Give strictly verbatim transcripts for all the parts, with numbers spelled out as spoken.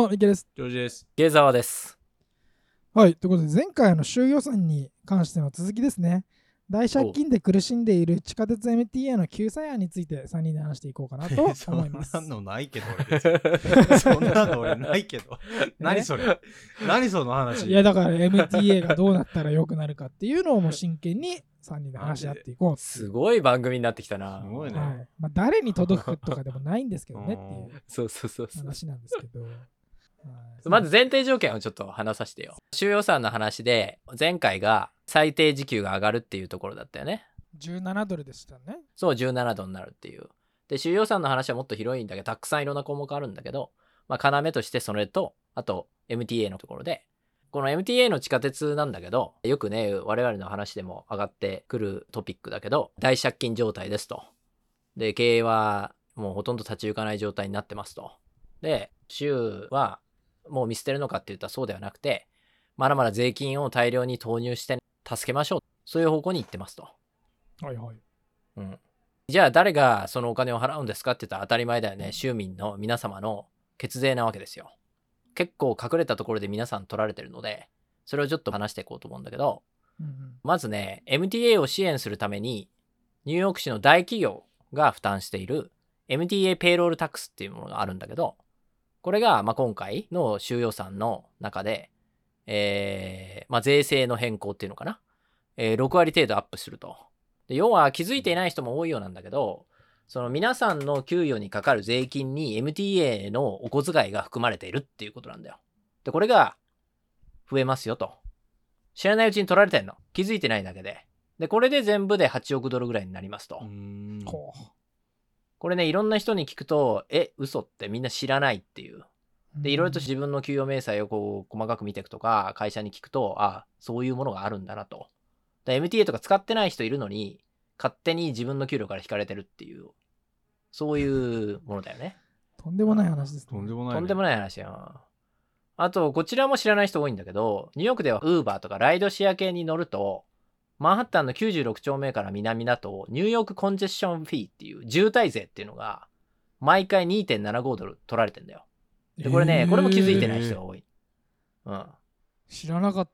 も、池です。 ジョージです。 ゲザワです。 はい、ということで、前回の週予算に関しての続きですね。大借金で苦しんでいる地下鉄 エムティーエー の救済案についてさんにんで話していこうかなと思います。 そんなのないけど、俺別にそんなの俺ないけど。何それ何その話。 いや、だから エムティーエー がどうなったら良くなるかっていうのをもう真剣にさんにんで話し合っていこう。 すごい番組になってきたな。 すごいね。 はい、まあ、誰に届くとかでもないんですけどねっていうそうそうそうそう話なんですけど。 まず前提条件をちょっと話させてよ。週予算の話で前回が最低時給が上がるっていうところだったよね。 じゅうななドルでしたね。 そう、じゅうななドルになるっていう。で、週予算の話はもっと広いんだけど、たくさんいろんな項目あるんだけど、まあ要としてそれと、あと エムティーエー のところで、この エムティーエー の地下鉄なんだけど、よくね、我々の話でも上がってくるトピックだけど、大借金状態ですと。で、経営はもうほとんど立ち行かない状態になってますと。で、州はもう見捨てるのかって言ったらそうではなくて、まだまだ税金を大量に投入して助けましょう。そういう方向に行ってますと。 はいはい。 うん。じゃあ誰がそのお金を払うんですかって言ったら当たり前だよね。州民の皆様の血税なわけですよ。結構隠れたところで皆さん取られてるので、それをちょっと話していこうと思うんだけど、 うんうん、 まずね、エムティーエー を支援するために、ニューヨーク市の大企業が負担している エムティーエー ペイロールタックスっていうものがあるんだけど、これがまあ今回の週予算の中で、えーまあ、税制の変更っていうのかな、えー、ろくわり程度アップすると。で要は気づいていない人も多いようなんだけど、その皆さんの給与にかかる税金に エムティーエー のお小遣いが含まれているっていうことなんだよ。で、これが増えますよと。知らないうちに取られてんの。気づいてないだけで。で、これで全部ではちおくドルぐらいになりますと。 うーんこれね、いろんな人に聞くと、え、嘘ってみんな知らないっていう。で、いろいろと自分の給与明細をこう細かく見ていくとか、会社に聞くと、あ、そういうものがあるんだなと。だ エムティーエー とか使ってない人いるのに、勝手に自分の給料から引かれてるっていう、そういうものだよね。 とんでもない話です、ね。 とんでもない、ね。 とんでもない話よ。あと、こちらも知らない人多いんだけど、ニューヨークでは Uber とかライドシェア系に乗ると、マンハッタンのきゅうじゅうろく丁目から南だと、ニューヨークコンジェッションフィーっていう渋滞税っていうのが、毎回 にてんななご ドル取られてんだよ。で、これね、えー、これも気づいてない人が多い。うん。 知らなかった。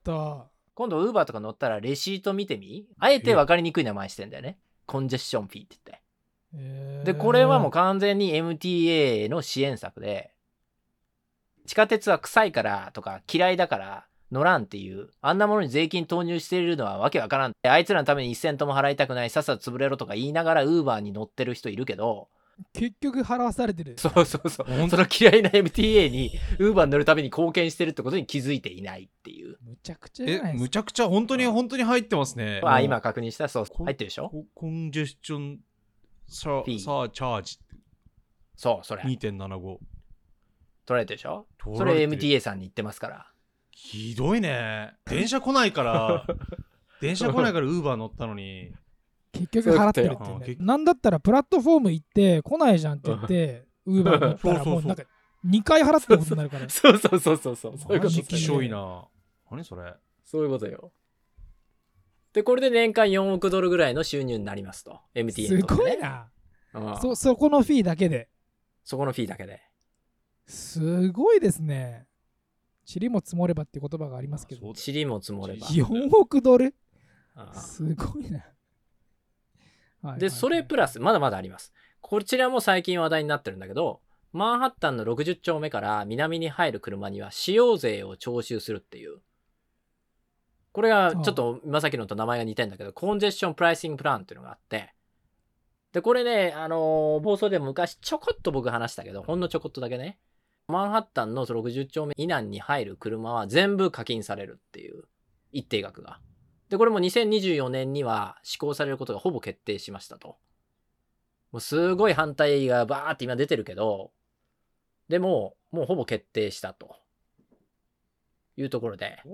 今度 Uber とか乗ったらレシート見てみ？あえて分かりにくい名前してんだよね。コンジェッションフィーって言って。 えー、 で、これはもう完全に エムティーエー の支援策で、地下鉄は臭いからとか嫌いだから乗らんっていう、あんなものに税金投入しているのはわけわからん。あいつらのためにいちセントも払いたくない、さっさと潰れろとか言いながら Uber に乗ってる人いるけど、 結局払わされてる。 そうそうそう。その嫌いな エムティーエー に Uber に乗るために貢献してるってことに気づいていないっていう。 むちゃくちゃじゃないですか。 え、むちゃくちゃ本当に本当に入ってますね。 あ、今確認した。そう、入ってるでしょ。 コンジェスチョンサーチャージ。 そう、それ。 にてんななご。 取られてるでしょ。それ エムティーエー さんに言ってますから。 ひどいね。電車来ないから電車来ないから Uber 乗ったのに結局払ってるって言うんだよ。なんだったらプラットフォーム行って来ないじゃんって言ってUber 乗ったらもうなんかにかい払ってることになるから。 そうそうそうそうそう。そういうこと。 きしょいな。何それ。 そういうことよ。で、これで年間よんおくドルぐらいの収入になりますと。エムティーエー と、ね。 すごいな。 うん、 そ、そこのフィーだけで。 そこのフィーだけで。 すごいですね。塵も積もればっていう言葉がありますけど。 塵も積もれば。 よんおくドルああすごいな。 はい、で、それプラス、まだまだあります。こちらも最近話題になってるんだけど、マンハッタンのろくじゅう丁目から南に入る車には使用税を徴収するっていう。これがちょっと今さっきのと名前が似てるんだけど、コンジェッションプライシングプランっていうのがあって、で、これね、あのー、放送でも昔ちょこっと僕話したけど、ほんのちょこっとだけね、マンハッタンのろくじゅう丁目以南に入る車は全部課金されるっていう一定額が。で、これもにせんにじゅうよねんには施行されることがほぼ決定しましたと。もうすごい反対がバーって今出てるけど、でも、もうほぼ決定したというところで、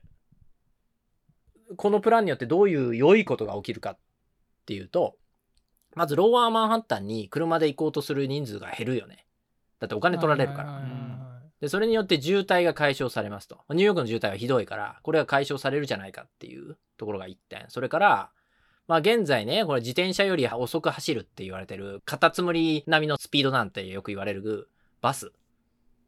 このプランによってどういう良いことが起きるかっていうと、まずローアーマンハッタンに車で行こうとする人数が減るよね。だってお金取られるから。で、それによって渋滞が解消されますと。ニューヨークの渋滞はひどいから、これが解消されるじゃないかっていうところが一点。それから、まあ現在ね、これ自転車より遅く走るって言われてる、カタツムリ並みのスピードなんてよく言われるバス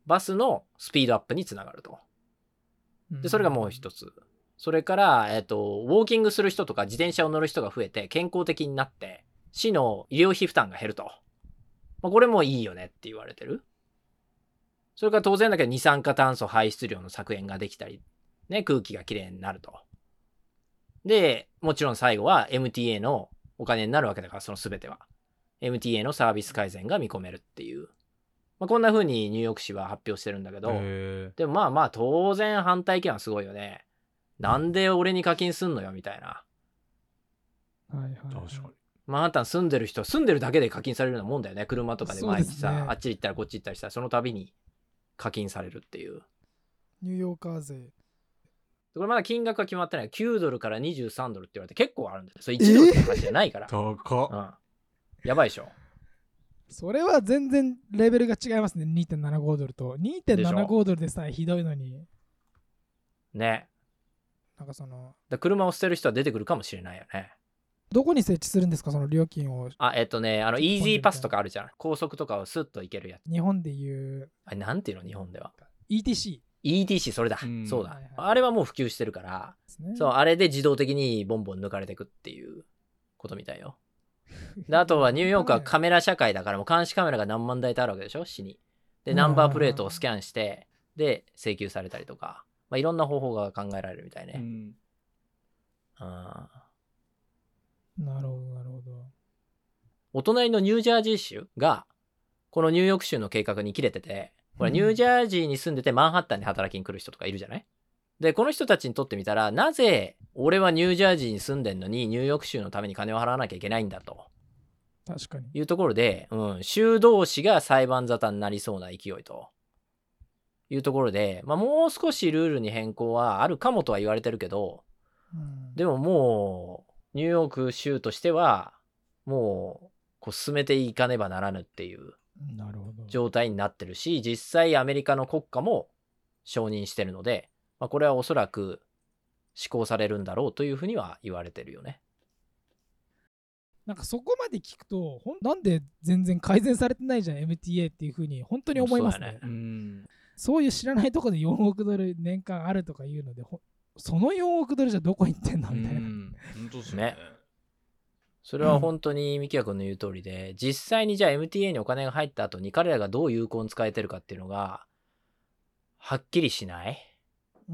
バスのスピードアップにつながると。で、それがもう一つ。それから、えっと、ウォーキングする人とか自転車を乗る人が増えて健康的になって、市の医療費負担が減ると。まあ、これもいいよねって言われてる。それから当然だけど二酸化炭素排出量の削減ができたり、ね、空気がきれいになると。で、もちろん最後は エムティーエー のお金になるわけだから、その全ては。エムティーエー のサービス改善が見込めるっていう。まあ、こんな風にニューヨーク市は発表してるんだけど、でもまあまあ当然反対意見はすごいよね。なんで俺に課金すんのよみたいな。 はいはい、はい。 確かに。 マンハッタン住んでる人、住んでるだけで課金されるようなもんだよね。車とかで毎日さ、 ね、 あっち行ったらこっち行ったりしたら、その度に課金されるっていう。 ニューヨーカー税。 これまだ金額は決まってない。きゅうドルからにじゅうさんドルって言われて結構あるんだよ。それいちドルって話じゃないから。 高っ、 うん。やばいでしょ。 それは全然レベルが違いますね。にてんななご ドルと。にてんななご ドルでさえひどいのに。 ね。 なんかその。 だ車を捨てる人は出てくるかもしれないよね。 どこに設置するんですか、その料金を。 あ、えっとね、あの、イージーパスとかあるじゃん。高速とかをスッと行けるやつ。 日本でいう。 あれ、なんていうの日本では。 イーティーシー。 イーティーシー、それだ。 うん、 そうだ、 はいはい。 あれはもう普及してるから、ね、そう、あれで自動的にボンボン抜かれていくっていうことみたいよ。で、あとはニューヨークはカメラ社会だからもう監視カメラが何万台とあるわけでしょ、市に。で、ナンバープレートをスキャンして、で、請求されたりとか、まあ、いろんな方法が考えられるみたいね。うん。あなるほど、なるほど。 お隣のニュージャージー州が、このニューヨーク州の計画に切れてて、これニュージャージーに住んでてマンハッタンに働きに来る人とかいるじゃない？で、この人たちにとってみたら、なぜ俺はニュージャージーに住んでんのにニューヨーク州のために金を払わなきゃいけないんだと。 確かに。 いうところで、うん、州同士が裁判沙汰になりそうな勢いというところで、まあもう少しルールに変更はあるかもとは言われてるけど、うん、でももうニューヨーク州としてはもうこう進めていかねばならぬっていう状態になってるし、実際アメリカの国家も承認してるので、まあ、これはおそらく施行されるんだろうというふうには言われてるよね。 なんかそこまで聞くと、ほんなんで全然改善されてないじゃん エムティーエー っていうふうに本当に思いますね。そう、ね、うん、そういう知らないところでよんおくドル年間あるとかいうので、そのよんおくドルじゃどこ行ってんのみたいな。本当ですね。 ね、それは本当にミキヤ君の言う通りで、うん、実際にじゃあ エムティーエー にお金が入った後に彼らがどう有効に使えてるかっていうのがはっきりしない。うん、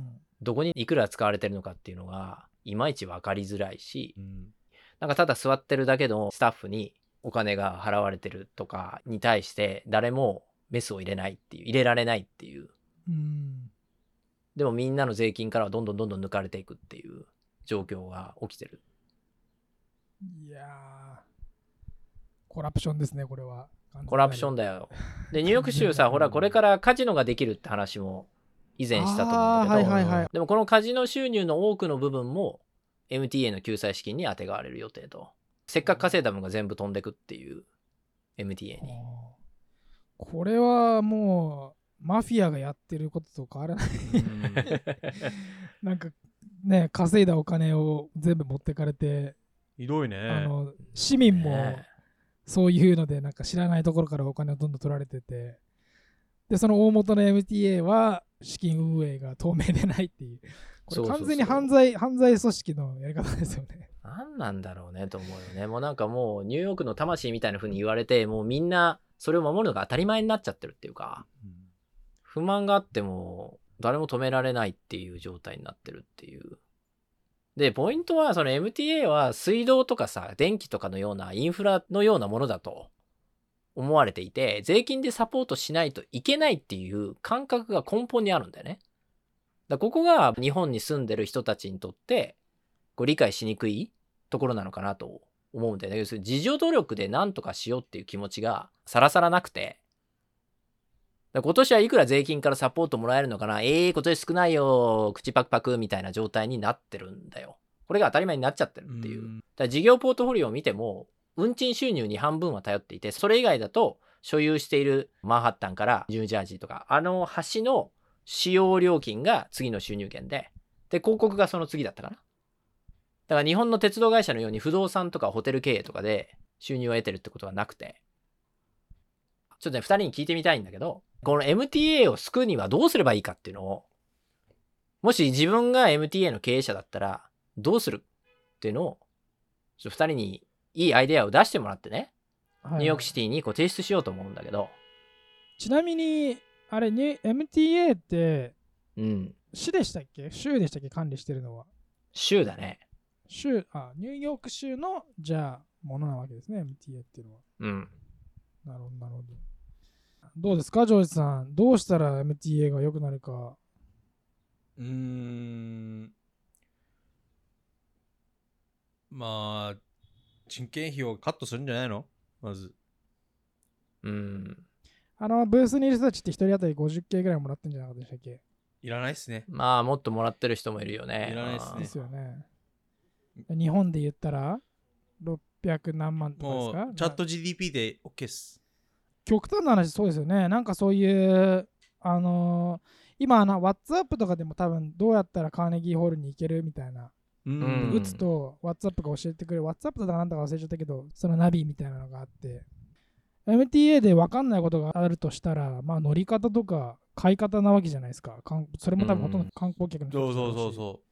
どこにいくら使われてるのかっていうのがいまいち分かりづらいし、うん、なんかただ座ってるだけのスタッフにお金が払われてるとかに対して誰もメスを入れないっていう入れられないっていう、うん、でもみんなの税金からはどんどんどんどん抜かれていくっていう状況が起きてる。 いやーコラプションですねこれは。 コラプションだよ。でニューヨーク州さほらこれからカジノができるって話も以前したと思うんだけど、はいはいはい、でもこのカジノ収入の多くの部分もエムティーエー の救済資金に当てがわれる予定と。せっかく稼いだ分が全部飛んでくっていう エムティーエー に。 これはもうマフィアがやってることと変わらないなんかね稼いだお金を全部持ってかれてひどいね。 あの市民もそういうのでなんか知らないところからお金をどんどん取られてて、でその大元の エムティーエー は資金運営が透明でないっていう、これ完全に犯罪、犯罪組織のやり方ですよね。 何なんだろうねと思うよね。もうなんかもうニューヨークの魂みたいな風に言われて、もうみんなそれを守るのが当たり前になっちゃってるっていうか、うん、不満があっても誰も止められないっていう状態になってるっていう。でポイントはその エムティーエー は水道とかさ電気とかのようなインフラのようなものだと思われていて、税金でサポートしないといけないっていう感覚が根本にあるんだよね。だここが日本に住んでる人たちにとってこう理解しにくいところなのかなと思うんだよね。要するに自助努力で何とかしようっていう気持ちがさらさらなくて、だ今年はいくら税金からサポートもらえるのかな、えー今年少ないよ口パクパクみたいな状態になってるんだよ。これが当たり前になっちゃってるっていう。だから事業ポートフォリオを見ても運賃収入に半分は頼っていて、それ以外だと所有しているマンハッタンからニュージャージーとかあの橋の使用料金が次の収入源で、で広告がその次だったかな。だから日本の鉄道会社のように不動産とかホテル経営とかで収入を得てるってことはなくて、ちょっとねふたりに聞いてみたいんだけど、 この エムティーエー を救うにはどうすればいいかっていうのを、もし自分が エムティーエー の経営者だったらどうするっていうのを、ふたりにいいアイデアを出してもらってね、はいはい、ニューヨークシティにこう提出しようと思うんだけど。 ちなみに、あれ、ね、エムティーエーって、 うん、 市でしたっけ州でしたっけ管理してるのは。 州だね。 州、あ、ニューヨーク州の、じゃあ、ものなわけですね、エムティーエー っていうのは。 うん。 なるほど、なるほど。どうですか、ジョージさん。どうしたら エムティーエー が良くなるか。 うーん。まあ、人件費をカットするんじゃないのまず。 うん。 あの、ブースにいる人たちって一人当たり ごじゅっケー ぐらいもらってんじゃなかったでしたっけ？ いらないっすね。 まあ、もっともらってる人もいるよね。 いらないっすね。 ですよね。日本で言ったら、ろっぴゃくなんまんとかですか？ もう、チャット ジーディーピー で OK っす。 極端な話、そうですよね。なんかそういう、あのー、今あの、WhatsApp とかでも多分どうやったらカーネギーホールに行けるみたいな。 うん。 打つと WhatsApp が教えてくれる。WhatsApp だかなんだか忘れちゃったけど、そのナビみたいなのがあって。エムティーエー で分かんないことがあるとしたら、まあ乗り方とか買い方なわけじゃないですか。それも多分ほとんど観光客の人そうそうそうそう。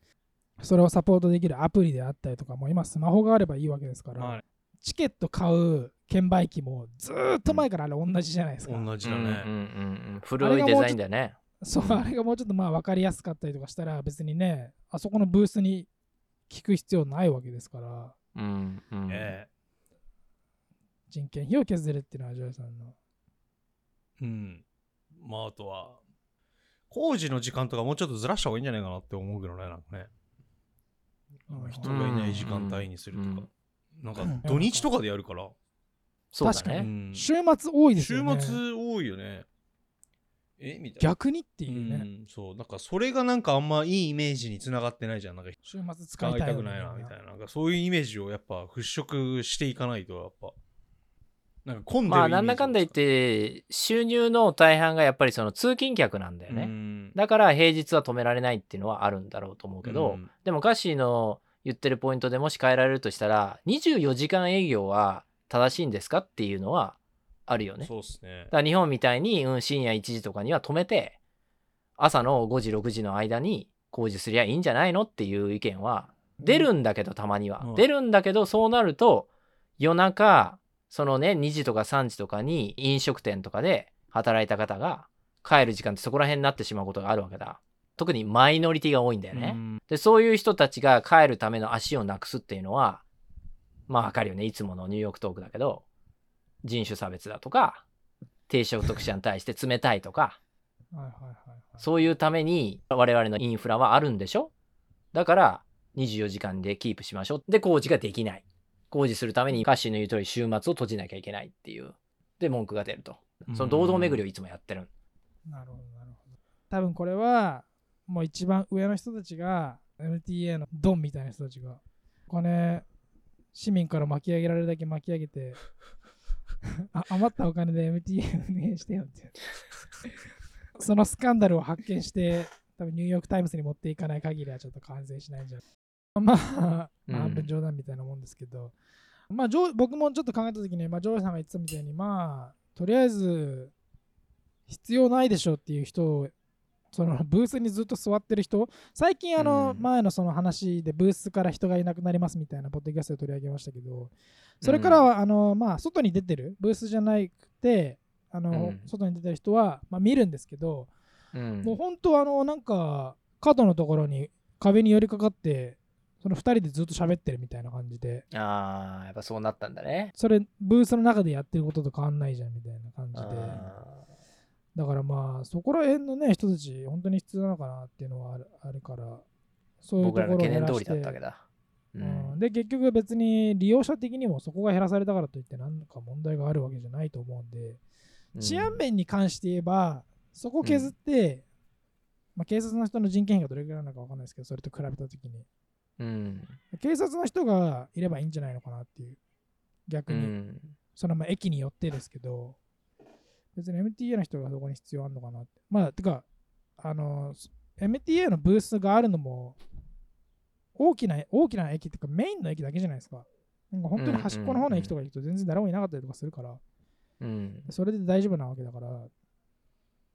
それをサポートできるアプリであったりとかも今スマホがあればいいわけですから、まあ、チケット買う券売機もずーっと前からあれ同じじゃないですか。 同じだね。うんうんうんうん、古いデザインだよね。 そう、あれがもうちょっとまあ分かりやすかったりとかしたら別にね、あそこのブースに聞く必要ないわけですから、 うんうんえー、 人件費を削るっていうのはジョイさんの。 うん。まああとは工事の時間とかもうちょっとずらした方がいいんじゃないかなって思うけどね、なんかね。人がいない時間帯にするとか、うんうん、なんか土日とかでやるから。 そうだね。 確かに、うん、週末多いですよね。 週末多いよね。えみたいな。 逆にっていうね。 うん、そう。なんかそれがなんかあんまいいイメージにつながってないじゃん。なんか週末使いたいくないなみたいな。なんかそういうイメージをやっぱ払拭していかないとやっぱ。なんか混んでるまあなんだかんだ言って収入の大半がやっぱりその通勤客なんだよね、うん、だから平日は止められないっていうのはあるんだろうと思うけど、うん、でもガッシーの言ってるポイントでもし変えられるとしたらにじゅうよじかん営業は正しいんですかっていうのはあるよね。 そうっすね。 だから日本みたいに、うん、深夜いちじとかには止めて朝のごじろくじの間に工事すりゃいいんじゃないのっていう意見は出るんだけど、たまには、うん、出るんだけど、そうなると夜中そのねにじとかさんじとかに飲食店とかで働いた方が帰る時間ってそこら辺になってしまうことがあるわけだ。特にマイノリティが多いんだよね。でそういう人たちが帰るための足をなくすっていうのはまあわかるよね。いつものニューヨークトークだけど、人種差別だとか低所得者に対して冷たいとかそういうために我々のインフラはあるんでしょ。だからにじゅうよじかんでキープしましょう。で工事ができない。工事するためにカッシーの言う通り週末を閉じなきゃいけないっていうで文句が出ると。その堂々巡りをいつもやってる。 なるほどなるほど。多分これはもう一番上の人たちが エムティーエー のドンみたいな人たちがお金市民から巻き上げられるだけ巻き上げてあ余ったお金で エムティーエー お願いしてよってそのスキャンダルを発見して多分ニューヨークタイムズに持っていかない限りはちょっと完成しないんじゃない。まあ、うん、半分冗談みたいなもんですけど、まあ、僕もちょっと考えたときに、まあ、ジョージさんが言ってたみたいに、まあ、とりあえず必要ないでしょっていう人を、そのブースにずっと座ってる人、最近あの前のその話でブースから人がいなくなりますみたいなポッドキャストで取り上げましたけど、それからはあの、まあ、外に出てる、ブースじゃなくて、あの、うん、外に出てる人は、まあ、見るんですけど、うん、もう本当あの、なんか角のところに壁に寄りかかって、そのふたりでずっと喋ってるみたいな感じで。 ああ、やっぱそうなったんだね。 それ、ブースの中でやってることと変わんないじゃんみたいな感じで。だからまあ、そこら辺のね、人たち、本当に必要なのかなっていうのはある、あるから、そういうところを減らして。僕らの懸念通りだったわけだ。うんうん、で、結局別に利用者的にもそこが減らされたからといって何か問題があるわけじゃないと思うんで、うん、治安面に関して言えば、そこを削って、うん、まあ、警察の人の人件費がどれくらいなのか分かんないですけど、それと比べたときに。うん、警察の人がいればいいんじゃないのかなっていう逆に、うん、そのまあ駅によってですけど別に エムティーエー の人がそこに必要あるのかなってまあてかあの エムティーエー のブースがあるのも大きな大きな駅っていうかメインの駅だけじゃないですか。なんか本当に端っこの方の駅とか行くと全然誰もいなかったりとかするから、うん、それで大丈夫なわけだから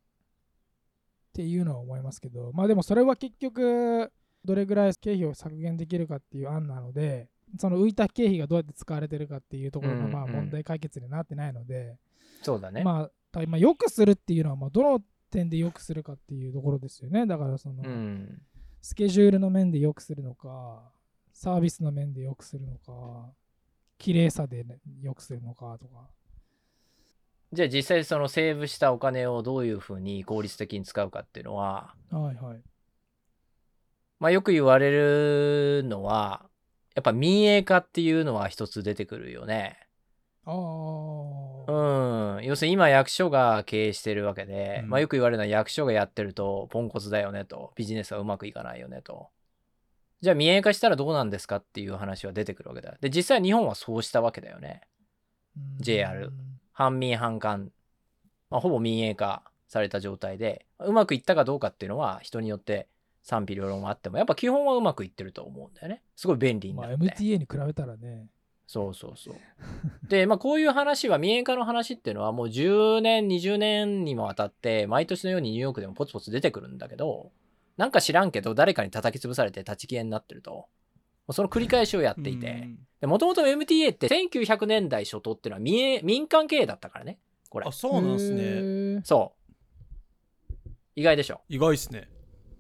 っていうのは思いますけど、まあでもそれは結局どれぐらい経費を削減できるかっていう案なので、その浮いた経費がどうやって使われてるかっていうところがまあ問題解決になってないので、うんうん、 そうだね。 まあ今良くするっていうのはまあどの点で良くするかっていうところですよね。だからその、うん、スケジュールの面で良くするのか、サービスの面で良くするのか、綺麗さで、ね、良くするのかとか。 じゃあ実際そのセーブしたお金をどういうふうに効率的に使うかっていうのは、 はいはい。まあよく言われるのは、やっぱ民営化っていうのは一つ出てくるよね。 ああ。 うん。要するに今役所が経営してるわけで、うん、まあよく言われるのは役所がやってるとポンコツだよねと、ビジネスはうまくいかないよねと。じゃあ民営化したらどうなんですかっていう話は出てくるわけだ。で、実際日本はそうしたわけだよね。ジェイアール。半民半官。まあ、ほぼ民営化された状態で、うまくいったかどうかっていうのは人によって賛否両論あっても、やっぱ基本はうまくいってると思うんだよね。すごい便利になって。 まあ、エムティーエー に比べたらね。 そうそうそう。で、まあこういう話は、民営化の話っていうのはもうじゅうねん、にじゅうねんにもわたって毎年のようにニューヨークでもポツポツ出てくるんだけど、なんか知らんけど誰かに叩き潰されて立ち消えになってると。その繰り返しをやっていて。もともと エムティーエー ってせんきゅうひゃくねんだい初頭っていうのは 民, 民間経営だったからね。これ。 あ、そうなんですね。 そう。意外でしょ。 意外ですね。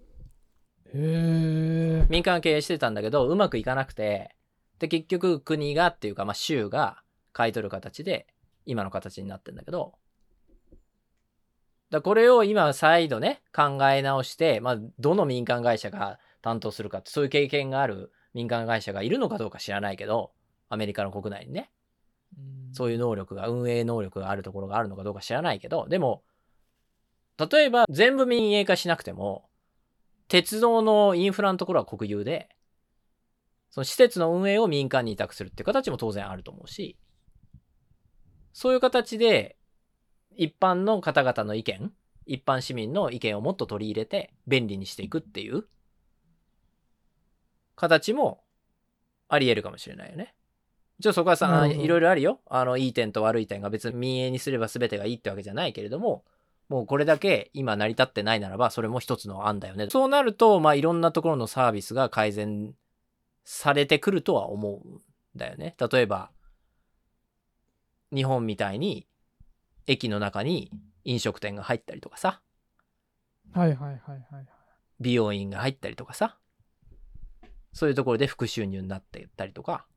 へー。 民間経営してたんだけど、うまくいかなくて、で、結局国がっていうか、まあ州が買い取る形で、今の形になってるんだけど、だこれを今再度ね、考え直して、まあ、どの民間会社が担当するかって、そういう経験がある民間会社がいるのかどうか知らないけど、アメリカの国内にね、そういう能力が、運営能力があるところがあるのかどうか知らないけど、でも、例えば全部民営化しなくても、鉄道のインフラのところは国有で、その施設の運営を民間に委託するっていう形も当然あると思うし、そういう形で一般の方々の意見、一般市民の意見をもっと取り入れて便利にしていくっていう形もあり得るかもしれないよね。ちょっとそこはさ、いろいろあるよ。あの、いい点と悪い点が別に民営にすれば全てがいいってわけじゃないけれども、もうこれだけ今成り立ってないならば、それも一つの案だよね。そうなると、まあいろんなところのサービスが改善されてくるとは思うんだよね。例えば、日本みたいに駅の中に飲食店が入ったりとかさ。 はいはいはいはい。 美容院が入ったりとかさ。そういうところで副収入になっていったりとか。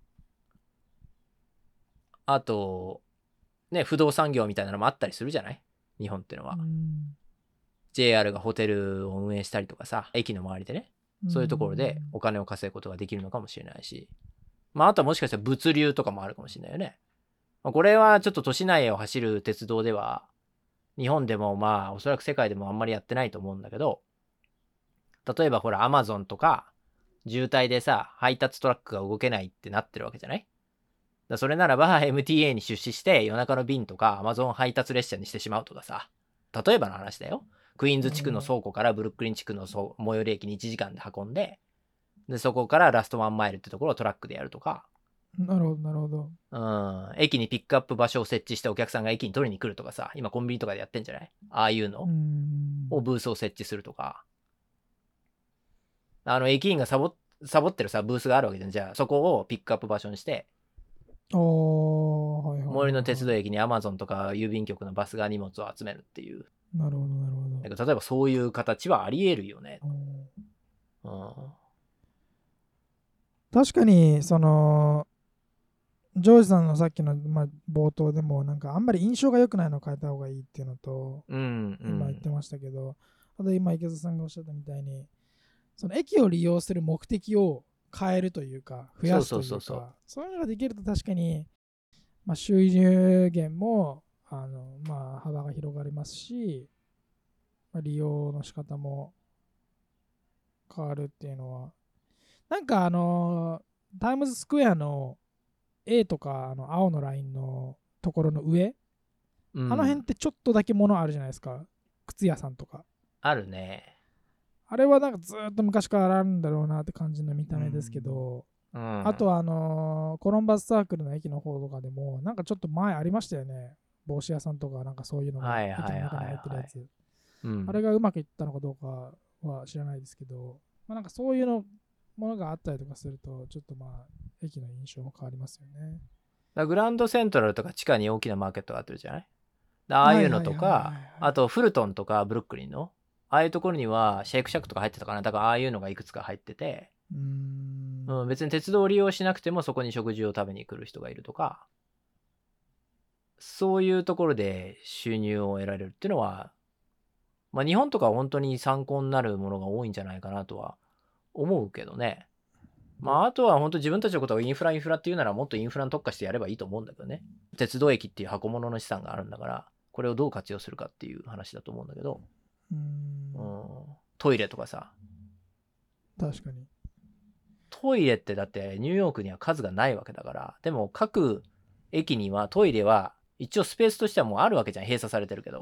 あと、ね、不動産業みたいなのもあったりするじゃない？日本ってのは。ジェイアール がホテルを運営したりとかさ、駅の周りでね。そういうところでお金を稼ぐことができるのかもしれないし。まあ、あとはもしかしたら物流とかもあるかもしれないよね。これはちょっと都市内を走る鉄道では、日本でもまあ、おそらく世界でもあんまりやってないと思うんだけど、例えばほら、アマゾンとか、渋滞でさ、配達トラックが動けないってなってるわけじゃない？だそれならば エムティーエー に出資して夜中の便とか Amazon 配達列車にしてしまうとかさ、例えばの話だよ。クイーンズ地区の倉庫からブルックリン地区の最寄り駅にいちじかんで運んで、でそこからラストワンマイルってところをトラックでやるとか。 なるほどなるほど。 うん、駅にピックアップ場所を設置してお客さんが駅に取りに来るとかさ、今コンビニとかでやってんじゃない？ああいうのをブースを設置するとか。あの駅員がサボサボってるさブースがあるわけじゃん。じゃあそこをピックアップ場所にして。 おー、はいはいはいはい、 最寄りの鉄道駅に Amazon とか郵便局のバスが荷物を集めるっていう。 なるほどなるほど。 だから例えばそういう形はあり得るよね。うん、 確かにそのジョージさんのさっきの、まあ、冒頭でもなんかあんまり印象が良くないのを変えた方がいいっていうのと、 うんうん、 今言ってましたけど、あと今池田さんがおっしゃったみたいにその駅を利用する目的を変えるというか増やすというか、そうそうそうそう、そういうのができると確かに、まあ、収入源もあの、まあ、幅が広がりますし、まあ、利用の仕方も変わるっていうのはなんかあのタイムズスクエアの A とかあの青のラインのところの上、うん、あの辺ってちょっとだけ物あるじゃないですか。靴屋さんとかあるね。 あれはなんかずっと昔からあるんだろうなって感じの見た目ですけど、うん、あとはあのー、コロンバスサークルの駅の方とかでもなんかちょっと前ありましたよね。帽子屋さんとかなんかそういうのが駅の中に入ってるやつ。 うん、 あれがうまくいったのかどうかは知らないですけど、まあ、なんかそういうのものがあったりとかするとちょっとまあ駅の印象も変わりますよね。 だグランドセントラルとか地下に大きなマーケットがあってるじゃない。ああいうのとか、あとフルトンとかブルックリンのああいうところにはシェイクシャックとか入ってたかな。だからああいうのがいくつか入ってて、 うーん、 うん、別に鉄道を利用しなくてもそこに食事を食べに来る人がいるとか、そういうところで収入を得られるっていうのは、まあ日本とかは本当に参考になるものが多いんじゃないかなとは思うけどね。まああとは本当自分たちのことをインフラインフラっていうならもっとインフラに特化してやればいいと思うんだけどね。鉄道駅っていう箱物の資産があるんだから、これをどう活用するかっていう話だと思うんだけど、 うーん、 うん、トイレとかさ、 確かにトイレってだってニューヨークには数がないわけだから、でも各駅にはトイレは一応スペースとしてはもうあるわけじゃん、閉鎖されてるけど、 うん、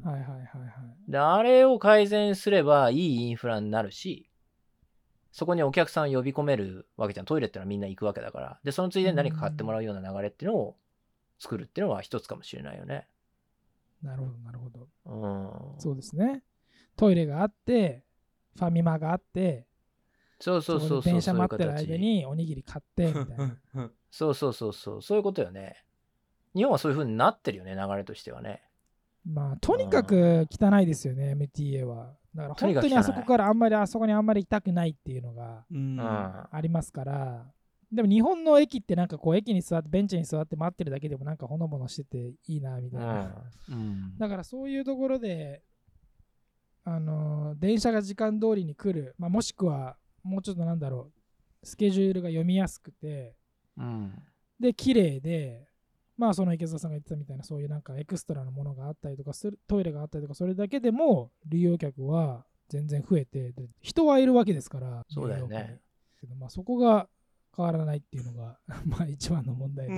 はいはいはいはい。 であれを改善すればいいインフラになるし、そこにお客さんを呼び込めるわけじゃん。トイレってのはみんな行くわけだから、でそのついでに何か買ってもらうような流れっていうのを作るっていうのは一つかもしれないよね。 なるほどなるほど。 うん、 そうですね。トイレがあってファミマがあって、 そうそうそうそう、 電車待ってる間におにぎり買ってみたいなそうそうそうそうそういうことよね。日本はそういう風になってるよね、流れとしてはね。 まあとにかく汚いですよね、エムティーエー は。だから本当にあそこからあんまりあそこにあんまり行きたくないっていうのがありますから、でも日本の駅ってなんかこう駅に座ってベンチに座って待ってるだけでもなんかほのぼのしてていいなみたいな、 うんうん、 だからそういうところであのー、電車が時間通りに来る、まあ、もしくはもうちょっとなんだろうスケジュールが読みやすくて、 うん、 で綺麗で、まあその池澤さんが言ってたみたいなそういうなんかエクストラのものがあったりとかする、トイレがあったりとかそれだけでも利用客は全然増えて、で人はいるわけですから、 そうだよね。 けどまあそこが変わらないっていうのがまあ一番の問題で、うん、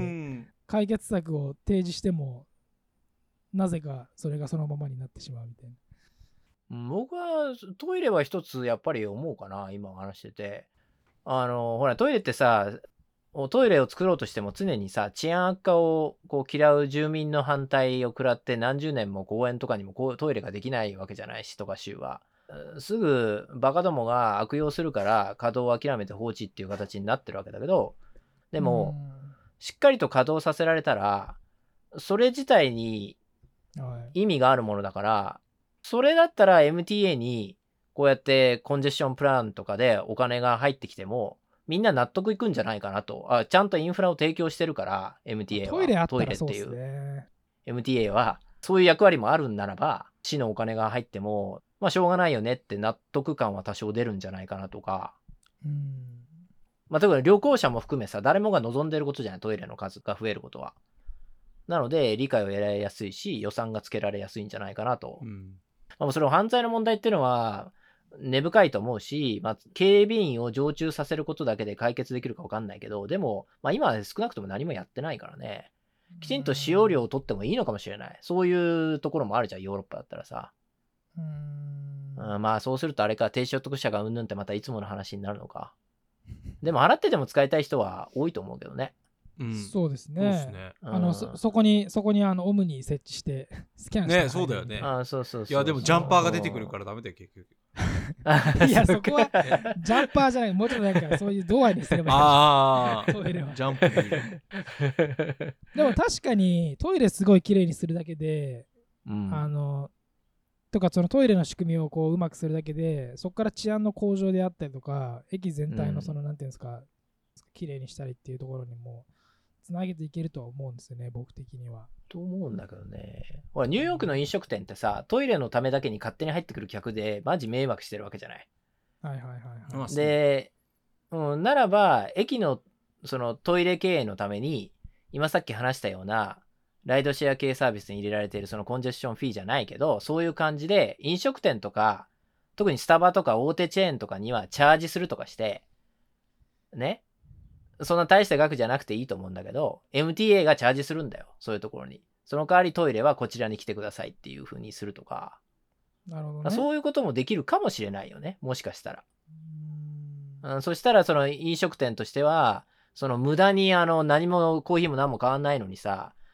解決策を提示してもなぜかそれがそのままになってしまうみたいな。 僕はトイレは一つやっぱり思うかな、今話してて。あのほらトイレってさ、トイレを作ろうとしても常にさ治安悪化をこう嫌う住民の反対を食らって何十年も公園とかにもこうトイレができないわけじゃないしとか州はすぐバカどもが悪用するから稼働を諦めて放置っていう形になってるわけだけど、でもしっかりと稼働させられたらそれ自体に意味があるものだから、それだったら エムティーエー にこうやってコンジェッションプランとかでお金が入ってきてもみんな納得いくんじゃないかなと。あ、ちゃんとインフラを提供してるから エムティーエー はトイレあったトイレらそうですっていうね。 エムティーエー はそういう役割もあるんならば市のお金が入ってもまあしょうがないよねって納得感は多少出るんじゃないかなとか。 うん、 まあ特に旅行者も含めさ誰もが望んでることじゃない、トイレの数が増えることは。なので理解を得られやすいし予算がつけられやすいんじゃないかなと。うん、まあ、それを犯罪の問題っていうのは根深いと思うし、まあ、警備員を常駐させることだけで解決できるか分かんないけど、でも、まあ、今は少なくとも何もやってないからね、きちんと使用料を取ってもいいのかもしれない。そういうところもあるじゃん、ヨーロッパだったらさ。うーん、うん、まあそうするとあれか、低所得者がうんぬんってまたいつもの話になるのか。でも払ってでも使いたい人は多いと思うけどね。 うん、そうですね。そうですね。あの、 うん、 そ, そこにそこにあのオムニ設置してスキャンしてね、そうだよね。 あ、そうそうそうそう。 いやでもジャンパーが出てくるからダメだよ結局。 いやそこはジャンパーじゃない、もうちょっとなんかそういうドアにすればいい。 ああ。 トイレは。 ジャンプ。 でも確かにトイレすごい綺麗にするだけで、うん、あのとかそのトイレの仕組みをこううまくするだけで、そこから治安の向上であったりとか、駅全体のその、うん、なんていうんですか、綺麗にしたりっていうところにもつなげていけるとは思うんですよね、僕的には。 と思うんだけどね。ほらニューヨークの飲食店ってさ、トイレのためだけに勝手に入ってくる客でマジ迷惑してるわけじゃない。 はいはいはいはい。 で、うん、ならば駅のそのトイレ経営のために今さっき話したようなライドシェア系サービスに入れられているそのコンジェッションフィーじゃないけど、そういう感じで飲食店とか特にスタバとか大手チェーンとかにはチャージするとかしてね。そんな大した額じゃなくていいと思うんだけど、エムティーエー がチャージするんだよ、そういうところに。その代わりトイレはこちらに来てくださいっていう風にするとか。 なるほどね。 そういうこともできるかもしれないよね、もしかしたら。うーん、うん、そしたらその飲食店としては、その無駄にあの何もコーヒーも何も買わないのにさ、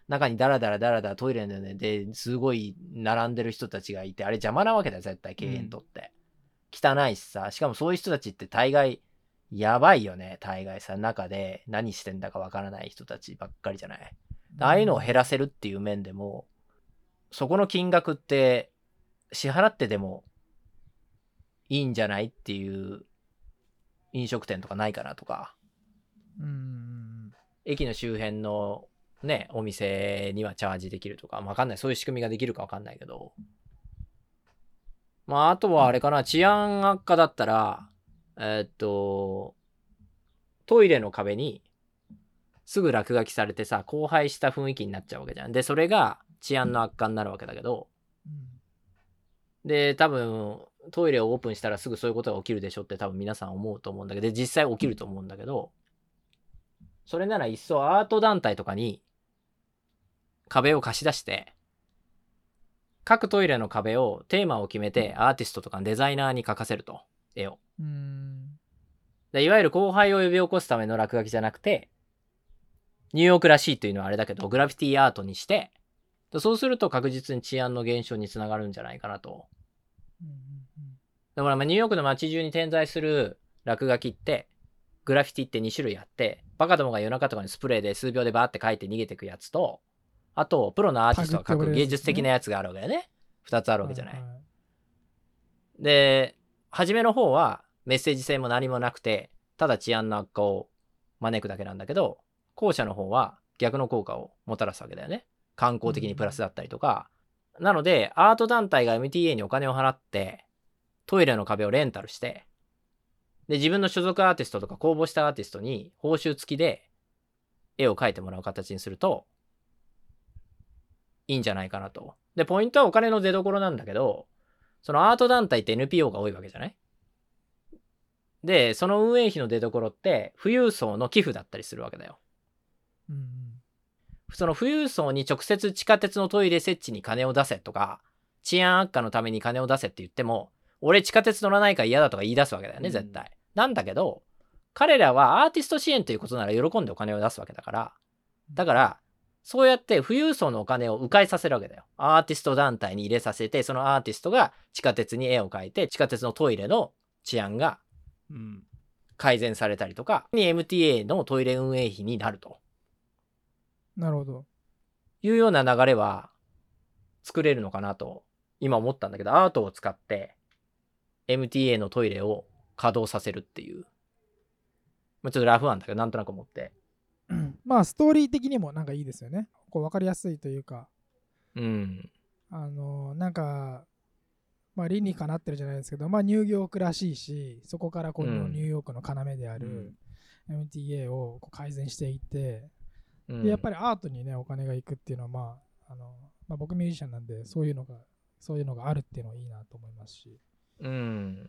中にダラダラダラダラトイレで、ね、ですごい並んでる人たちがいて、あれ邪魔なわけだよ絶対経営にとって、うん、汚いしさ、しかもそういう人たちって大概やばいよね。大概さ、中で何してんだかわからない人たちばっかりじゃない。ああいうのを減らせるっていう面でも、そこの金額って支払ってでもいいんじゃないっていう飲食店とかないかなとか、 うん、 駅の周辺のねお店にはチャージできるとか、わかんない、そういう仕組みができるかわかんないけど、まああとはあれかな、治安悪化だったらえー、っとトイレの壁にすぐ落書きされてさ、荒廃した雰囲気になっちゃうわけじゃん。でそれが治安の悪化になるわけだけど、うん、で多分トイレをオープンしたらすぐそういうことが起きるでしょって多分皆さん思うと思うんだけど、で実際起きると思うんだけど、それなら一層アート団体とかに壁を貸し出して、各トイレの壁をテーマを決めてアーティストとかデザイナーに描かせると、絵を。うーん、でいわゆる荒廃を呼び起こすための落書きじゃなくて、ニューヨークらしいというのはあれだけどグラフィティアートにして、そうすると確実に治安の減少につながるんじゃないかなと。うんうんうん、だからまあニューヨークの街中に点在する落書きってグラフィティってに種類あって、バカどもが夜中とかにスプレーで数秒でバーって書いて逃げてくやつと、あとプロのアーティストが書く芸術的なやつがあるわけだよね。ふたつあるわけじゃない。はいはい、で初めの方はメッセージ性も何もなくて、ただ治安の悪化を招くだけなんだけど、後者の方は逆の効果をもたらすわけだよね。観光的にプラスだったりとか、うん、なのでアート団体が エムティーエー にお金を払ってトイレの壁をレンタルして、で自分の所属アーティストとか公募したアーティストに報酬付きで絵を描いてもらう形にするといいんじゃないかなと。でポイントはお金の出所なんだけど、そのアート団体って エヌピーオー が多いわけじゃない。でその運営費の出所って富裕層の寄付だったりするわけだよ。うんうん、その富裕層に直接地下鉄のトイレ設置に金を出せとか、治安悪化のために金を出せって言っても、俺地下鉄乗らないから嫌だとか言い出すわけだよね、絶対。うん、なんだけど彼らはアーティスト支援ということなら喜んでお金を出すわけだから、だからそうやって富裕層のお金を迂回させるわけだよ。アーティスト団体に入れさせて、そのアーティストが地下鉄に絵を描いて、地下鉄のトイレの治安が改善されたりとかに エムティーエー のトイレ運営費になると。 なるほど。 いうような流れは作れるのかなと今思ったんだけど、アートを使って エムティーエー のトイレを稼働させるっていう、まあ、ちょっとラフなんだけどなんとなく思って、 うん、まあストーリー的にもなんかいいですよね。こう分かりやすいというか、 うん、 あのなんかまあ理にかなってるじゃないですけど、まあニューヨークらしいし、そこからこのニューヨークの要である エムティーエー をこう改善していって、うん、でやっぱりアートにねお金がいくっていうのは、まああのまあ、僕ミュージシャンなんでそういうのがそういうのがあるっていうのはいいなと思いますし、 うん、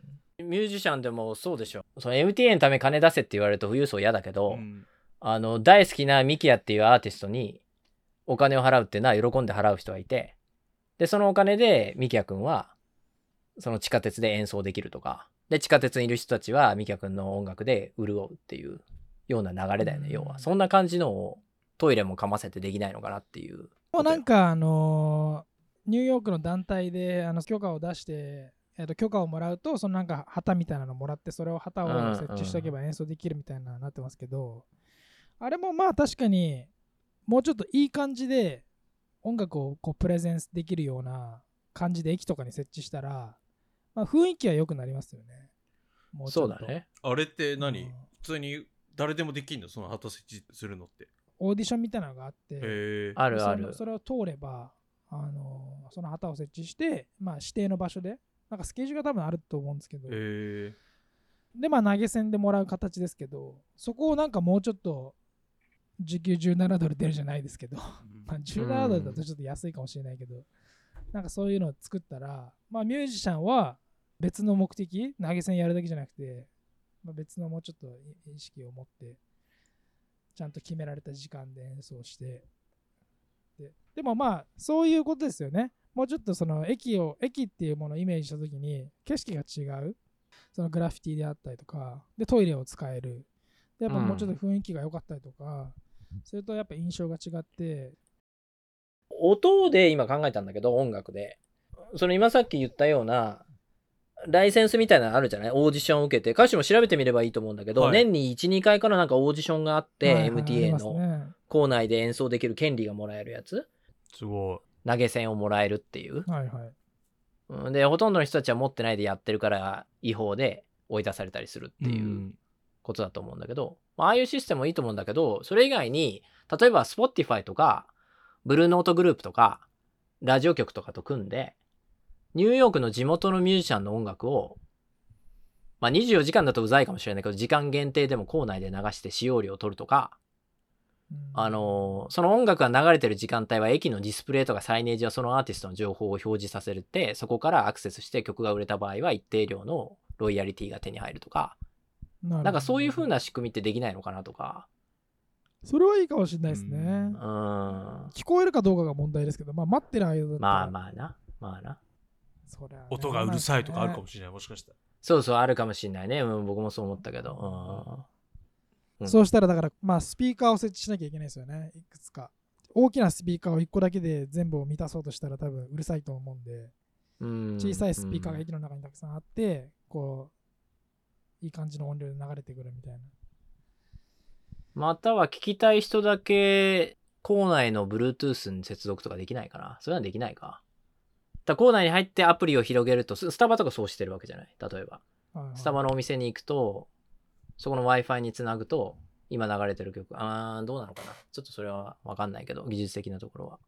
ミュージシャンでもそうでしょ。その エムティーエー のため金出せって言われると富裕層嫌だけど、うん、あの大好きなミキヤっていうアーティストにお金を払うっていうのは喜んで払う人がいて、でそのお金でミキヤくんはその地下鉄で演奏できるとかで、地下鉄にいる人たちはミキヤくんの音楽で潤うっていうような流れだよね、うん、要はそんな感じのをトイレもかませてできないのかなっていう。 もうなんかあのー、ニューヨークの団体であの許可を出して、えー、と許可をもらうと、そのなんか旗みたいなのもらって、それを旗を設置しておけば演奏できるみたいななってますけど、うんうん、あれもまあ確かにもうちょっといい感じで音楽をこうプレゼンスできるような感じで駅とかに設置したら、まあ、雰囲気は良くなりますよね。 もうちょっとそうだね。 あれって何、うん、普通に誰でもできんの、その旗設置するのって。 オーディションみたいなのがあって、 あるある。 それを通れば、あのー、その旗を設置して、まあ、指定の場所で、なんかスケジュールが多分あると思うんですけど、で、まあ、投げ銭でもらう形ですけど、そこをなんかもうちょっと、時給じゅうななドル出るじゃないですけど、まあじゅうななドルだとちょっと安いかもしれないけど、うん、なんかそういうのを作ったら、まあ、ミュージシャンは別の目的、投げ銭やるだけじゃなくて、まあ、別のもうちょっと意識を持って、ちゃんと決められた時間で演奏して、で、でもまあそういうことですよね。もうちょっとその駅を駅っていうものをイメージしたときに景色が違う、そのグラフィティであったりとかで、トイレを使えるで、やっぱもうちょっと雰囲気が良かったりとか、うん、それとやっぱ印象が違って音で今考えたんだけど、音楽で。その今さっき言ったような、ライセンスみたいなのあるじゃない？オーディションを受けて、歌詞も調べてみればいいと思うんだけど、はい、年にいち、にかいからなんかオーディションがあって、はいはい、エムティーエー の校内で演奏できる権利がもらえるやつ。 すごい。 投げ銭をもらえるっていう。 はいはいうん、で、ほとんどの人たちは持ってないでやってるから違法で追い出されたりするっていうことだと思うんだけど、うん、ああいうシステムもいいと思うんだけど、それ以外に、例えば Spotify とか、ブルーノートグループとか、ラジオ局とかと組んで、ニューヨークの地元のミュージシャンの音楽を、まあにじゅうよじかんだとうざいかもしれないけど、時間限定でも校内で流して使用料を取るとか、うん、あのー、その音楽が流れてる時間帯は駅のディスプレイとかサイネージはそのアーティストの情報を表示させるって、そこからアクセスして曲が売れた場合は一定量のロイヤリティが手に入るとか、な, なんかそういう風な仕組みってできないのかなとか。 それはいいかもしれないですね。うん。聞こえるかどうかが問題ですけど、まあ待ってる間だったら。 まあまあな。まあな。 そりゃね、音がうるさいとかあるかもしれない、もしかしたら。 そうそう、あるかもしれないね。うん、僕もそう思ったけど。 うん、そうしたらだから、まあスピーカーを設置しなきゃいけないですよね。いくつか。大きなスピーカーをいっこだけで全部を満たそうとしたら多分うるさいと思うんで、うん小さいスピーカーが駅の中にたくさんあって、うん、こう、いい感じの音量で流れてくるみたいな。 または聞きたい人だけ校内の Bluetooth に接続とかできないかな。それはできないか。だ校内に入ってアプリを広げると、スタバとかそうしてるわけじゃない。例えば、はいはい、スタバのお店に行くと、そこの Wi-Fi につなぐと、今流れてる曲、あー、どうなのかな。ちょっとそれはわかんないけど、技術的なところは。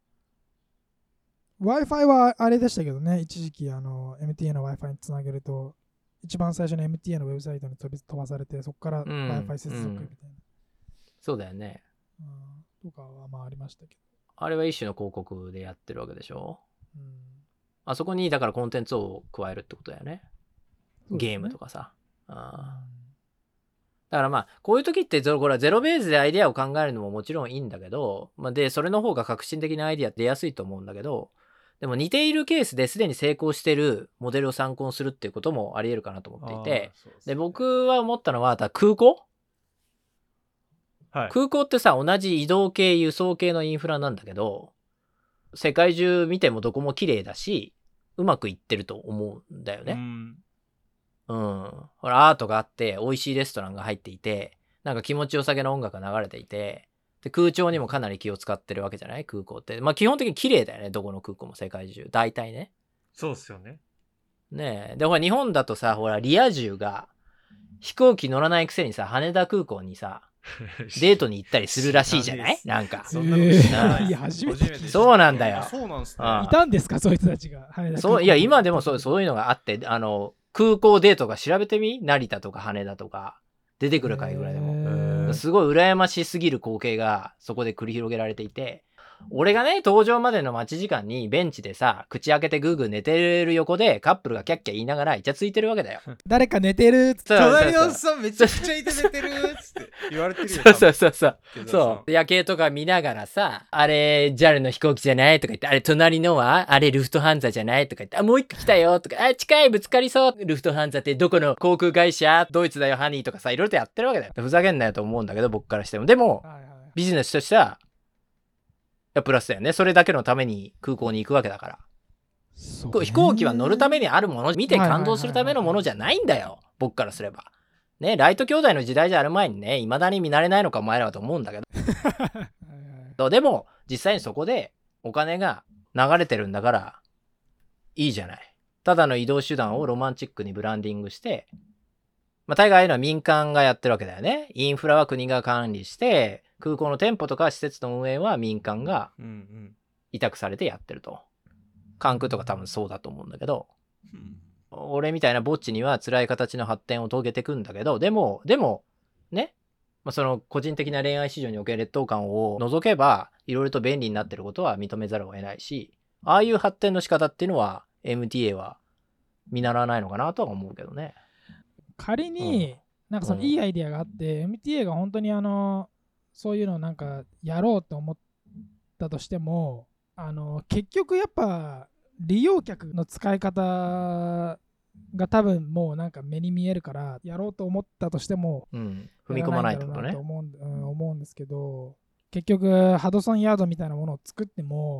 Wi-Fi はあれでしたけどね、一時期あの エムティーエー の Wi-Fi につなげると、一番最初の エムティーエー のウェブサイトに飛び飛ばされて、そこから Wi-Fi 接続みたいな、うんうん。 そうだよね。 うん、とかはまあありましたけど。 あれは一種の広告でやってるわけでしょ。うんあそこにだからコンテンツを加えるってことだよね。ゲームとかさ。あだからまあ、こういう時ってこれはゼロベースでアイデアを考えるのももちろんいいんだけど、まあ、で、それの方が革新的なアイデア出やすいと思うんだけど、でも似ているケースですでに成功しているモデルを参考にするっていうこともあり得るかなと思っていて、で、ね、僕は思ったのは空港、はい、空港ってさ、同じ移動系、輸送系のインフラなんだけど、世界中見てもどこも綺麗だし、うまくいってると思うんだよね。うん。うん。ほら、アートがあって、美味しいレストランが入っていて、なんか気持ちよさげな音楽が流れていて、で、空調にもかなり気を使ってるわけじゃない空港って。まあ基本的に綺麗だよね。どこの空港も世界中。大体ね。 そうっすよね。 ねえ。で、ほら、日本だとさ、ほら、リア充が飛行機乗らないくせにさ、羽田空港にさ、デートに行ったりするらしいじゃないなんか。 そんなことない。いや、初めて聞いた。 そうなんだよ。 そうなんですね。 いたんですかそういう人たちが。 そう、いや、今でもそう、そういうのがあって、あの、空港デートが調べてみ成田とか羽田とか、出てくるかいぐらいでも。すごい羨ましすぎる光景がそこで繰り広げられていて、俺がね、搭乗までの待ち時間にベンチでさ、口開けてグーグー寝てる横でカップルがキャッキャ言いながらイチャついてるわけだよ。 誰か寝てるっつって。 隣のおっさんめちゃくちゃいて寝てるっつって言われてるよ。 そうそうそうそう。そう。夜景とか見ながらさ、あれ、ジャル の飛行機じゃないとか言って、あれ、隣のはあれ、ルフトハンザじゃないとか言って、あ、もう一個来たよとか、あ、近いぶつかりそう。ルフトハンザってどこの航空会社ドイツだよ、ハニーとかさ、いろいろとやってるわけだよ。ふざけんなよと思うんだけど、僕からしても。でも、はいはい、ビジネスとしては、いやプラスだよね。それだけのために空港に行くわけだから。飛行機は乗るためにあるもの、見て感動するためのものじゃないんだよ。僕からすれば。ね、ライト兄弟の時代じゃある前にね、未だに見慣れないのかお前らはと思うんだけど。でも、実際にそこでお金が流れてるんだから、いいじゃない。ただの移動手段をロマンチックにブランディングして、まあ、大概ああいうのは民間がやってるわけだよね。インフラは国が管理して、空港の店舗とか施設の運営は民間が委託されてやってると。関空とか多分そうだと思うんだけど、うん、俺みたいなぼっちには辛い形の発展を遂げてくんだけど、でも、でも、ね、まあ、その個人的な恋愛市場における劣等感を除けば、いろいろと便利になってることは認めざるを得ないし、ああいう発展の仕方っていうのは エムティーエー は見習わないのかなとは思うけどね。 仮に、うん、なんかそのいいアイディアがあって、うん、エムティーエー が本当にあの、そういうのをなんかやろうと思ったとしても、あの結局やっぱ利用客の使い方が多分もうなんか目に見えるからやろうと思ったとしても、 うん、踏み込まないってことね。 思うん、うん、思うんですけど、結局ハドソンヤードみたいなものを作っても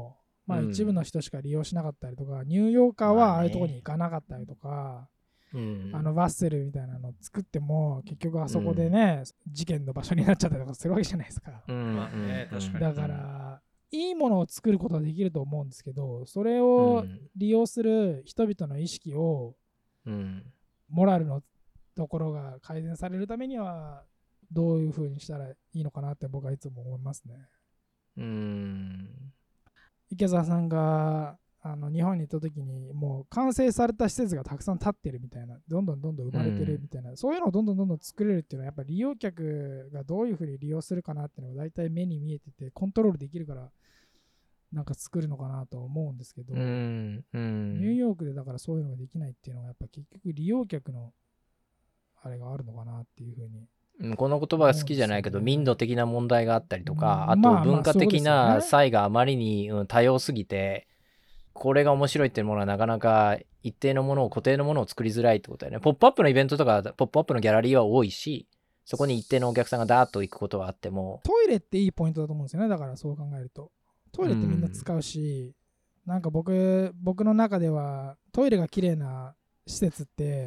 まあ一部の人しか利用しなかったりとか、ニューヨーカーはああいうところに行かなかったりとか、 うん、 あのバッセルみたいなの作っても結局あそこでね、うん、事件の場所になっちゃったりとかするわけじゃないですか、 うんまあね、確かに。 だからいいものを作ることはできると思うんですけど、それを利用する人々の意識を、うん、モラルのところが改善されるためにはどういう風にしたらいいのかなって僕はいつも思いますね。 うーん、 池澤さんがあの日本に行った時にもう完成された施設がたくさん建ってるみたいな、どんどんどんどん生まれてるみたいな、うん、そういうのをどんどんどんどん作れるっていうのはやっぱり利用客がどういう風に利用するかなっていうのが大体目に見えててコントロールできるからなんか作るのかなと思うんですけど、 うんうん、 ニューヨークでだからそういうのができないっていうのはやっぱ結局利用客のあれがあるのかなっていう風に、 この言葉が好きじゃないけど、民度的な問題があったりとか、あと文化的な差異があまりに多様すぎて、これが面白いっていうものはなかなか一定のものを固定のものを作りづらいってことだよね。ポップアップのイベントとかポップアップのギャラリーは多いし、そこに一定のお客さんがダーッと行くことはあっても、 トイレっていいポイントだと思うんですよね。だからそう考えるとトイレってみんな使うし、うん、なんか僕僕の中ではトイレが綺麗な施設って、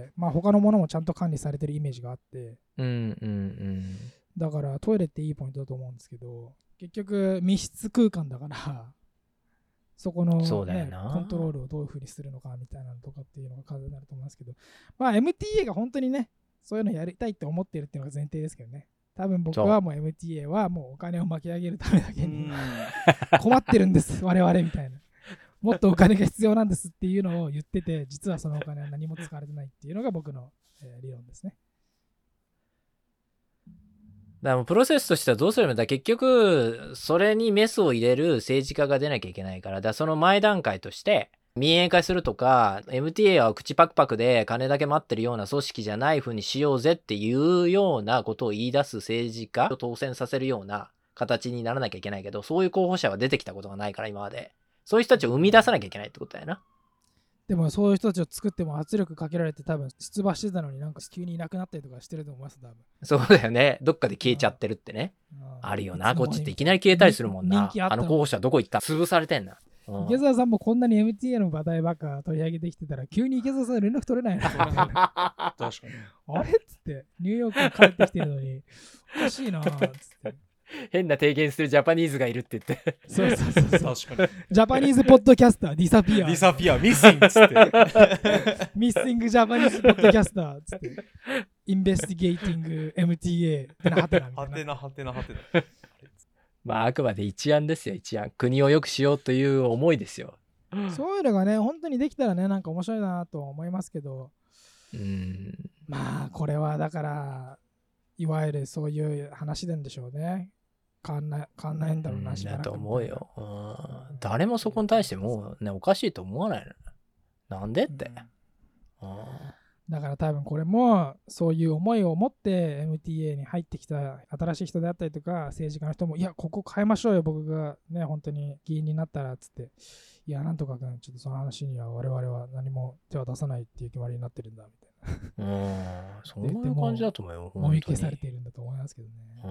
まあ、他のものもちゃんと管理されてるイメージがあって、 うんうんうん、 だからトイレっていいポイントだと思うんですけど、結局密室空間だからそこの、ね、コントロールをどういう風にするのかみたいなのとかっていうのが課題になると思いますけど、まあ エムティーエー が本当にねそういうのやりたいって思ってるっていうのが前提ですけどね。多分僕はもう エムティーエー はもうお金を巻き上げるためだけに困ってるんです我々みたいな、もっとお金が必要なんですっていうのを言ってて、実はそのお金は何も使われてないっていうのが僕の、えー、理論ですね。 だからもうプロセスとしてはどうすればいいんだ。結局それにメスを入れる政治家が出なきゃいけないから、だからその前段階として民営化するとか エムティーエー は口パクパクで金だけ待ってるような組織じゃない風にしようぜっていうようなことを言い出す政治家を当選させるような形にならなきゃいけないけど、そういう候補者は出てきたことがないから今まで。そういう人たちを生み出さなきゃいけないってことだよな。 でもそういう人たちを作っても圧力かけられて多分出馬してたのになんか急にいなくなったりとかしてると思います。多分そうだよね。どっかで消えちゃってるってね、あるよな。こっちっていきなり消えたりするもんな。あ, あの候補者どこ行った？潰されてんな。 池澤さんもこんなに エムティーエー の話題ばっか取り上げてきてたら急に池澤さん連絡取れないな。確かに。あれっつってニューヨークに帰ってきてるのにおかしいなっつって。 変な提言するジャパニーズがいるって言って。 そうそうそうそう。 確かに。 ジャパニーズポッドキャスターディサピア。 ディサピア、ミッシングっつって。 ミッシングジャパニーズポッドキャスターっつって。インベスティゲーティング エムティーエー ってなはてなみたいな。 はてなはてなはてな。 まああくまで一案ですよ、一案。国を良くしようという思いですよ。 そういうのがね、本当にできたらね、なんか面白いなと思いますけど、 うーん、 まあこれはだからいわゆるそういう話なんでしょうね。変わんない変わんないんだろうな、しばらく。 だと思うよ。うん、誰もそこに対してもうね、おかしいと思わないの。なんでって。うん、 だから多分これもそういう思いを持って エムティーエー に入ってきた新しい人であったりとか政治家の人も、いやここ変えましょうよ、僕がね本当に議員になったらっつって、いやなんとか君ちょっとその話には我々は何も手は出さないっていう決まりになってるんだみたいな。 うん、そういう感じだと思うよ。 もみ消されているんだと思いますけどね。 うん、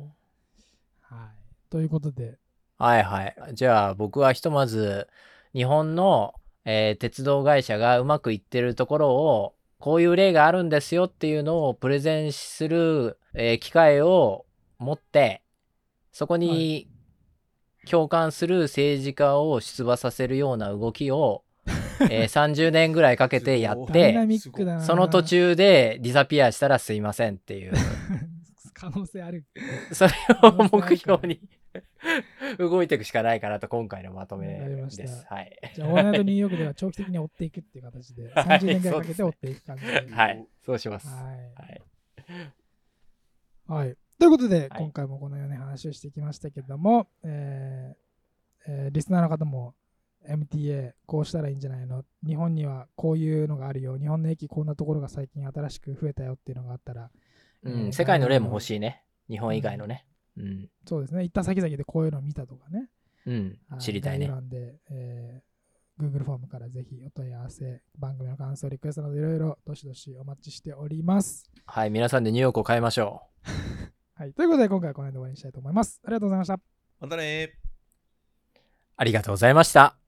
はい。ということで、 はいはい。じゃあ僕はひとまず日本の、えー、鉄道会社がうまくいってるところを、こういう例があるんですよっていうのをプレゼンする、えー、機会を持って、そこに共感する政治家を出馬させるような動きを、えー、さんじゅうねんぐらいかけてやってその途中でディサピアしたらすいませんっていう可能性ある。 それを目標に動いていくしかないかなと今回のまとめです。はい。 じゃあオールナイトニューヨークでは長期的に追っていくっていう形でさんじゅうねんぐらいかけて追っていく感じで、 はい、そうします。 はいはいはい、ということで、 はい、 今回もこのように話をしてきましたけども、えーえー、リスナーの方も エムティーエー こうしたらいいんじゃないの、日本にはこういうのがあるよ、日本の駅こんなところが最近新しく増えたよっていうのがあったら、 うん、えー、世界の例も欲しいね、日本以外のね、うんうん、 そうですね、行った先々でこういうのを見たとかね、 うん、知りたいね。 なんで、えー、Google フォームからぜひお問い合わせ、番組の感想、リクエストなどいろいろどしどしお待ちしております。 はい、皆さんでニューヨークを変えましょう。 はい、ということで今回はこの辺で終わりにしたいと思います。ありがとうございました。 またねー。 ありがとうございました。